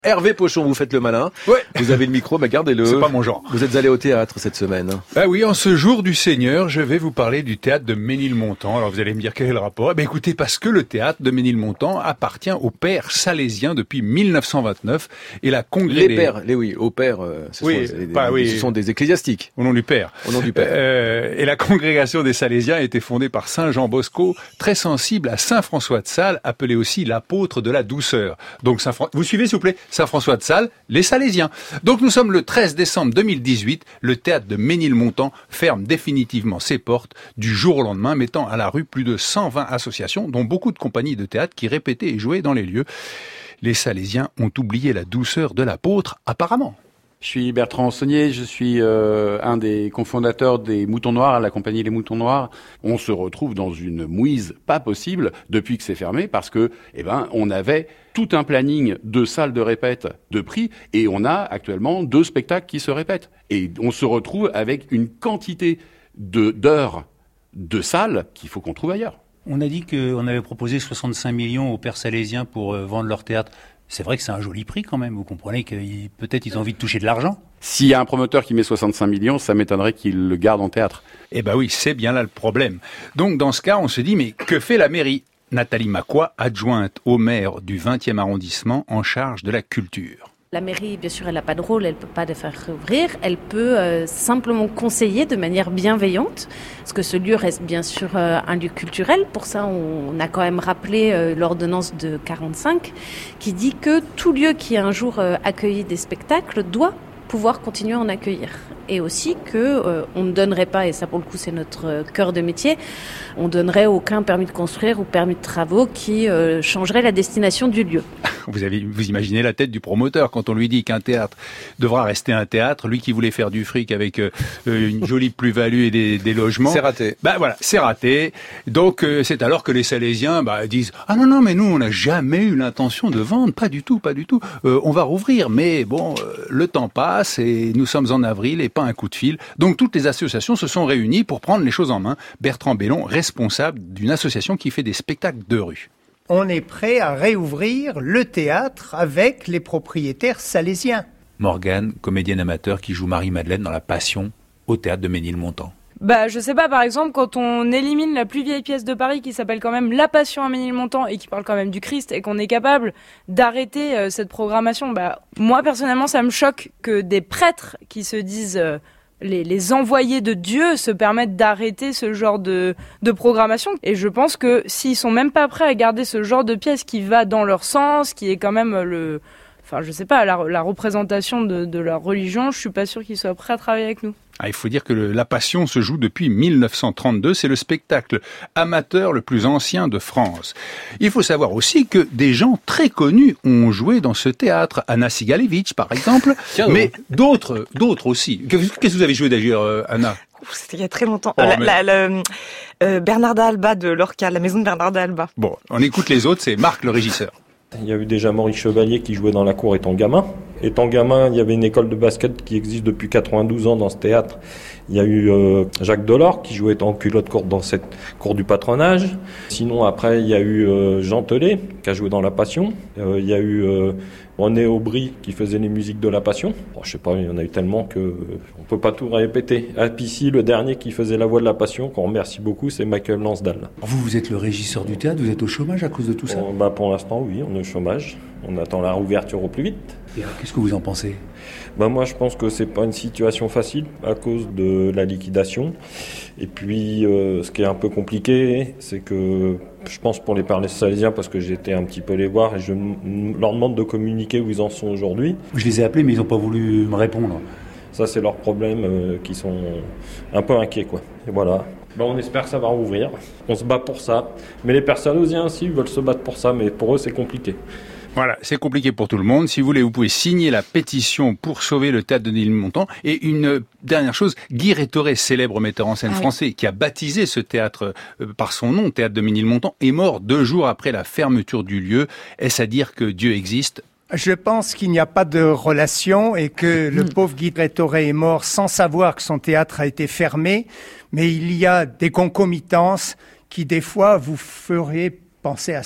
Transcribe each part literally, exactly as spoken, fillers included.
Hervé Pochon, vous faites le malin. Ouais. Vous avez le micro, mais gardez-le. C'est pas mon genre. Vous êtes allé au théâtre cette semaine. Ah oui, en ce jour du Seigneur, je vais vous parler du théâtre de Ménilmontant. Alors vous allez me dire quel est le rapport? Eh bien écoutez, parce que le théâtre de Ménilmontant appartient aux pères salésiens depuis mille neuf cent vingt-neuf et la congrès Les pères, les oui, aux pères, euh, ce, oui, sont, des, bah, oui. ce sont des ecclésiastiques. Au nom du père. Au nom du père. Euh, et la congrégation des Salésiens a été fondée par Saint Jean Bosco, très sensible à Saint François de Sales, appelé aussi l'apôtre de la douceur. Donc Saint Fran... vous suivez s'il vous plaît, Saint François de Sales, les Salésiens. Donc nous sommes le treize décembre deux mille dix-huit, le théâtre de Ménilmontant ferme définitivement ses portes du jour au lendemain, mettant à la rue plus de cent vingt associations, dont beaucoup de compagnies de théâtre qui répétaient et jouaient dans les lieux. Les Salésiens ont oublié la douceur de l'apôtre, apparemment. Je suis Bertrand Saunier, je suis euh, un des cofondateurs des Moutons Noirs, la compagnie Les Moutons Noirs. On se retrouve dans une mouise pas possible depuis que c'est fermé parce que, eh ben, on avait tout un planning de salles de répète de prix et on a actuellement deux spectacles qui se répètent. Et on se retrouve avec une quantité de d'heures de salles qu'il faut qu'on trouve ailleurs. On a dit qu'on avait proposé soixante-cinq millions aux pères salésiens pour euh, vendre leur théâtre. C'est vrai que c'est un joli prix quand même. Vous comprenez que peut-être ils ont envie de toucher de l'argent. S'il y a un promoteur qui met soixante-cinq millions, ça m'étonnerait qu'il le garde en théâtre. Eh ben oui, c'est bien là le problème. Donc dans ce cas, on se dit, mais que fait la mairie? Nathalie Macquois, adjointe au maire du vingtième arrondissement en charge de la culture. La mairie, bien sûr, elle n'a pas de rôle, elle ne peut pas les faire ouvrir. Elle peut euh, simplement conseiller de manière bienveillante, parce que ce lieu reste bien sûr euh, un lieu culturel. Pour ça, on, on a quand même rappelé euh, l'ordonnance de quarante-cinq, qui dit que tout lieu qui a un jour euh, accueilli des spectacles doit pouvoir continuer à en accueillir. Et aussi que euh, on ne donnerait pas, et ça pour le coup c'est notre euh, cœur de métier, on donnerait aucun permis de construire ou permis de travaux qui euh, changerait la destination du lieu. Vous avez, vous imaginez la tête du promoteur quand on lui dit qu'un théâtre devra rester un théâtre, lui qui voulait faire du fric avec euh, une jolie plus-value et des, des logements. C'est raté. Bah voilà, c'est raté. Donc euh, c'est alors que les Salésiens bah, disent ah non non mais nous on n'a jamais eu l'intention de vendre, pas du tout, pas du tout. Euh, on va rouvrir, mais bon euh, le temps passe et nous sommes en avril et pas un coup de fil. Donc toutes les associations se sont réunies pour prendre les choses en main. Bertrand Bellon, responsable d'une association qui fait des spectacles de rue. On est prêt à réouvrir le théâtre avec les propriétaires salésiens. Morgane, comédienne amateur qui joue Marie-Madeleine dans La Passion au théâtre de Ménilmontant. Bah, je sais pas, par exemple, quand on élimine la plus vieille pièce de Paris qui s'appelle quand même La Passion à Ménilmontant et qui parle quand même du Christ et qu'on est capable d'arrêter euh, cette programmation, bah, moi, personnellement, ça me choque que des prêtres qui se disent euh, les, les envoyés de Dieu se permettent d'arrêter ce genre de, de programmation. Et je pense que s'ils sont même pas prêts à garder ce genre de pièce qui va dans leur sens, qui est quand même le, enfin, je sais pas, la, la représentation de, de leur religion, je suis pas sûr qu'ils soient prêts à travailler avec nous. Ah, il faut dire que le, La Passion se joue depuis mille neuf cent trente-deux. C'est le spectacle amateur le plus ancien de France. Il faut savoir aussi que des gens très connus ont joué dans ce théâtre. Anna Sigalevitch, par exemple, Tiens, mais donc. d'autres, d'autres aussi. Qu'est-ce que vous avez joué d'ailleurs, euh, Anna? C'était il y a très longtemps. Oh, la, mais... la, la, euh, Bernarda Alba de Lorca, la maison de Bernarda Alba. Bon, on écoute les autres, c'est Marc le régisseur. Il y a eu déjà Maurice Chevalier qui jouait dans la cour étant gamin. Étant gamin, il y avait une école de basket qui existe depuis quatre-vingt-douze ans dans ce théâtre. Il y a eu euh, Jacques Delors qui jouait en culotte courte dans cette cour du patronage. Sinon, après, il y a eu euh, Jean Telet qui a joué dans La Passion. Euh, il y a eu euh, René Aubry qui faisait les musiques de La Passion. Bon, je sais pas, il y en a eu tellement que euh, on peut pas tout répéter. À Pissy, le dernier qui faisait la voix de La Passion, qu'on remercie beaucoup, c'est Michael Lansdal. Vous, vous êtes le régisseur du théâtre, vous êtes au chômage à cause de tout ça? Bon, bah, pour l'instant, oui, on est au chômage. On attend la réouverture au plus vite. Et alors, qu'est-ce que vous en pensez? Ben moi, je pense que c'est pas une situation facile à cause de la liquidation. Et puis, euh, ce qui est un peu compliqué, c'est que je pense pour les pères salésiens, parce que j'ai été un petit peu les voir et je m- leur demande de communiquer où ils en sont aujourd'hui. Je les ai appelés, mais ils n'ont pas voulu me répondre. Ça, c'est leur problème, euh, qui sont un peu inquiets, quoi. Et voilà. Ben, on espère que ça va rouvrir. On se bat pour ça. Mais les pères salésiens aussi veulent se battre pour ça, mais pour eux, c'est compliqué. Voilà, c'est compliqué pour tout le monde. Si vous voulez, vous pouvez signer la pétition pour sauver le théâtre de Ménilmontant. Et une dernière chose, Guy Rétoré, célèbre metteur en scène ah, français, oui. qui a baptisé ce théâtre euh, par son nom, théâtre de Ménilmontant, est mort deux jours après la fermeture du lieu. Est-ce à dire que Dieu existe? Je pense qu'il n'y a pas de relation et que le pauvre Guy Rétoré est mort sans savoir que son théâtre a été fermé. Mais il y a des concomitances qui, des fois, vous feraient penser à cela.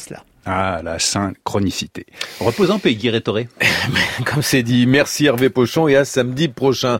Ah, la synchronicité. Repose en paix, Guy Rétoré. Comme c'est dit, merci Hervé Pochon et à samedi prochain.